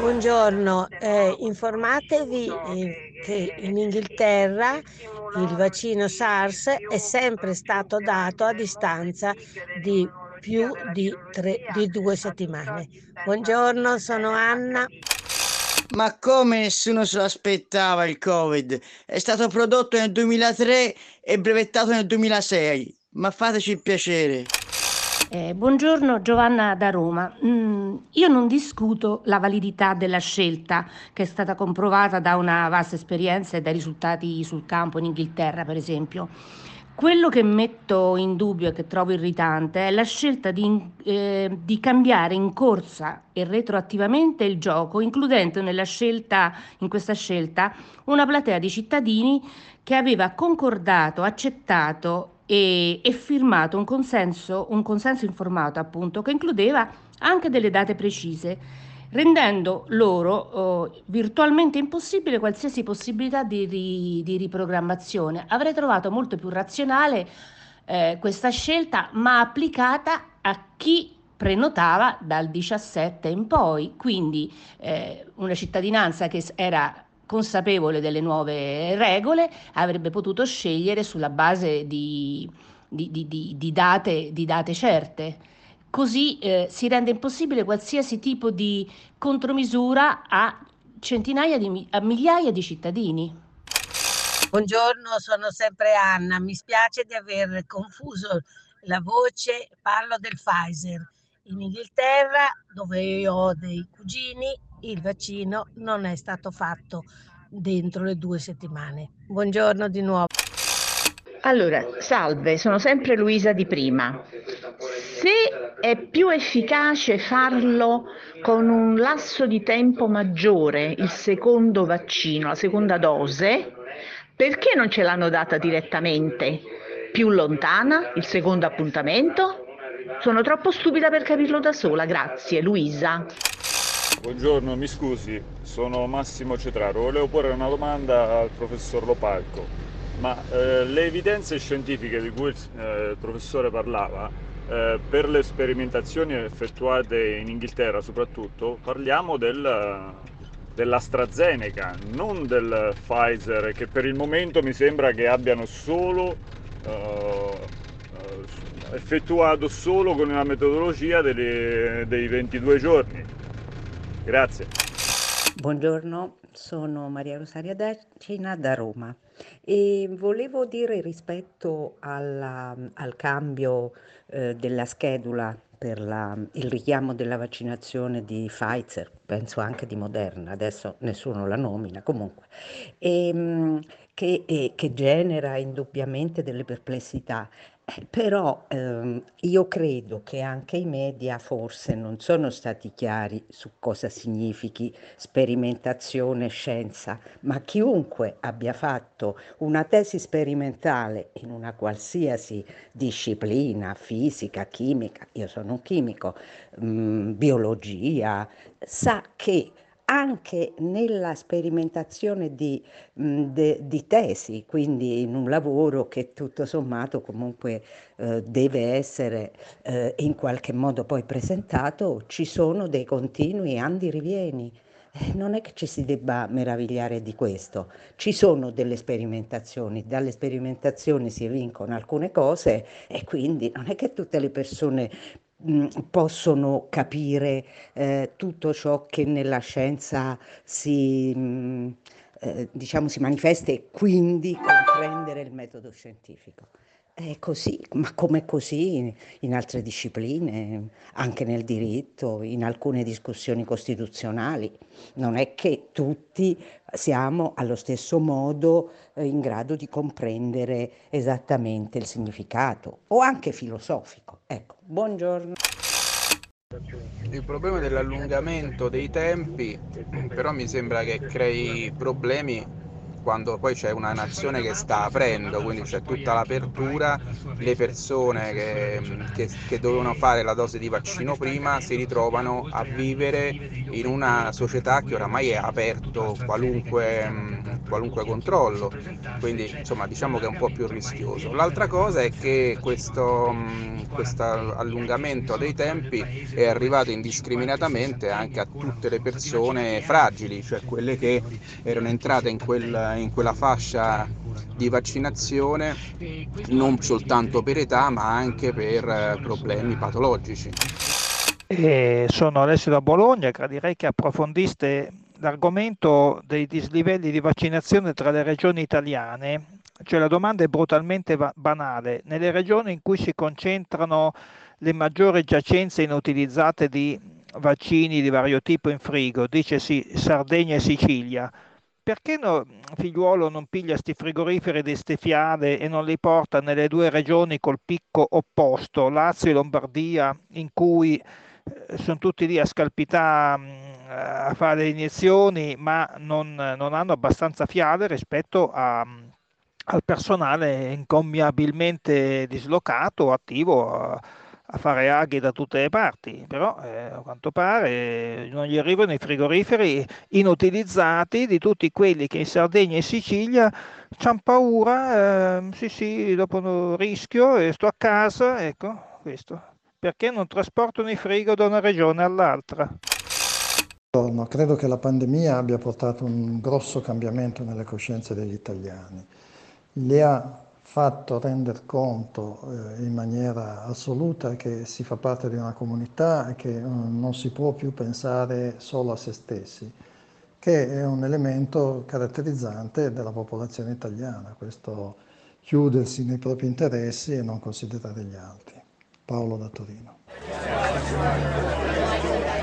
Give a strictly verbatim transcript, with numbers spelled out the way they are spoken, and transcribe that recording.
Buongiorno, eh, informatevi eh, che in Inghilterra il vaccino SARS è sempre stato dato a distanza di più di, tre, di due settimane. Buongiorno, sono Anna. Ma come nessuno se lo aspettava il Covid? È stato prodotto nel duemilatré e brevettato nel duemilasei. Ma fateci il piacere. Eh, buongiorno, Giovanna da Roma. Mm, io non discuto la validità della scelta che è stata comprovata da una vasta esperienza e dai risultati sul campo in Inghilterra, per esempio. Quello che metto in dubbio e che trovo irritante è la scelta di, eh, di cambiare in corsa e retroattivamente il gioco, includendo nella scelta, in questa scelta una platea di cittadini che aveva concordato, accettato e, e firmato un consenso, un consenso informato, appunto, che includeva anche delle date precise, rendendo loro eh, virtualmente impossibile qualsiasi possibilità di, ri- di riprogrammazione. Avrei trovato molto più razionale eh, questa scelta, ma applicata a chi prenotava dal diciassette in poi, quindi eh, una cittadinanza che s- era consapevole delle nuove regole avrebbe potuto scegliere sulla base di, di- di- di- di date, di date certe. Così eh, si rende impossibile qualsiasi tipo di contromisura a centinaia di mi- a migliaia di cittadini. Buongiorno, sono sempre Anna. Mi spiace di aver confuso la voce. Parlo del Pfizer. In Inghilterra, dove io ho dei cugini, il vaccino non è stato fatto dentro le due settimane. Buongiorno di nuovo. Allora, salve, sono sempre Luisa di prima. Se è più efficace farlo con un lasso di tempo maggiore, il secondo vaccino, la seconda dose, perché non ce l'hanno data direttamente? Più lontana, il secondo appuntamento? Sono troppo stupida per capirlo da sola, grazie, Luisa. Buongiorno, mi scusi, sono Massimo Cetraro. Volevo porre una domanda al professor Lopalco, ma eh, le evidenze scientifiche di cui il, eh, il professore parlava, eh, per le sperimentazioni effettuate in Inghilterra soprattutto, parliamo del, dell'AstraZeneca, non del Pfizer, che per il momento mi sembra che abbiano solo eh, eh, effettuato solo con una metodologia delle- dei ventidue giorni. Grazie. Buongiorno, sono Maria Rosaria Decina da Roma e volevo dire rispetto alla- al cambio eh, della schedula per la- il richiamo della vaccinazione di Pfizer, penso anche di Moderna, adesso nessuno la nomina, comunque, ehm, che, e- che genera indubbiamente delle perplessità. Eh, Però ehm, io credo che anche i media forse non sono stati chiari su cosa significhi sperimentazione scienza, ma chiunque abbia fatto una tesi sperimentale in una qualsiasi disciplina, fisica, chimica, io sono un chimico, mh, biologia, sa che anche nella sperimentazione di, mh, de- di tesi, quindi in un lavoro che tutto sommato comunque eh, deve essere eh, in qualche modo poi presentato, ci sono dei continui andi rivieni. Eh, non è che ci si debba meravigliare di questo, ci sono delle sperimentazioni, dalle sperimentazioni si evincono alcune cose e quindi non è che tutte le persone mh, possono capire eh, tutto ciò che nella scienza si, mh, eh, diciamo, si manifesta e quindi comprendere il metodo scientifico. È così, ma come così in altre discipline, anche nel diritto, in alcune discussioni costituzionali. Non è che tutti siamo allo stesso modo eh, in grado di comprendere esattamente il significato, o anche filosofico. Ecco, buongiorno. Il problema dell'allungamento dei tempi però mi sembra che crei problemi quando poi c'è una nazione che sta aprendo, quindi c'è tutta l'apertura, le persone che, che, che dovevano fare la dose di vaccino prima si ritrovano a vivere in una società che oramai è aperto qualunque, qualunque controllo, quindi insomma diciamo che è un po' più rischioso. L'altra cosa è che questo, questo allungamento dei tempi è arrivato indiscriminatamente anche a tutte le persone fragili, cioè quelle che erano entrate in, quel, in quella fascia di vaccinazione non soltanto per età ma anche per problemi patologici. Eh, sono Alessio da Bologna, gradirei che approfondiste l'argomento dei dislivelli di vaccinazione tra le regioni italiane. Cioè la domanda è brutalmente va- banale. Nelle regioni in cui si concentrano le maggiori giacenze inutilizzate di vaccini di vario tipo in frigo, dicesi Sardegna e Sicilia, perché no, figliuolo non piglia sti frigoriferi di ste fiale e non li porta nelle due regioni col picco opposto, Lazio e Lombardia, in cui eh, sono tutti lì a scalpità, mh, a fare le iniezioni, ma non, non hanno abbastanza fiale rispetto a, al personale incommiabilmente dislocato, attivo a, a fare aghi da tutte le parti. Però eh, a quanto pare eh, non gli arrivano i frigoriferi inutilizzati di tutti quelli che in Sardegna e Sicilia c'hanno paura, ehm, sì sì, dopo no- rischio e sto a casa, ecco, questo. Perché non trasportano i frigo da una regione all'altra? Buongiorno, credo che la pandemia abbia portato un grosso cambiamento nelle coscienze degli italiani. Li ha fatto rendere conto eh, in maniera assoluta che si fa parte di una comunità e che eh, non si può più pensare solo a se stessi, che è un elemento caratterizzante della popolazione italiana, questo chiudersi nei propri interessi e non considerare gli altri. Paolo da Torino.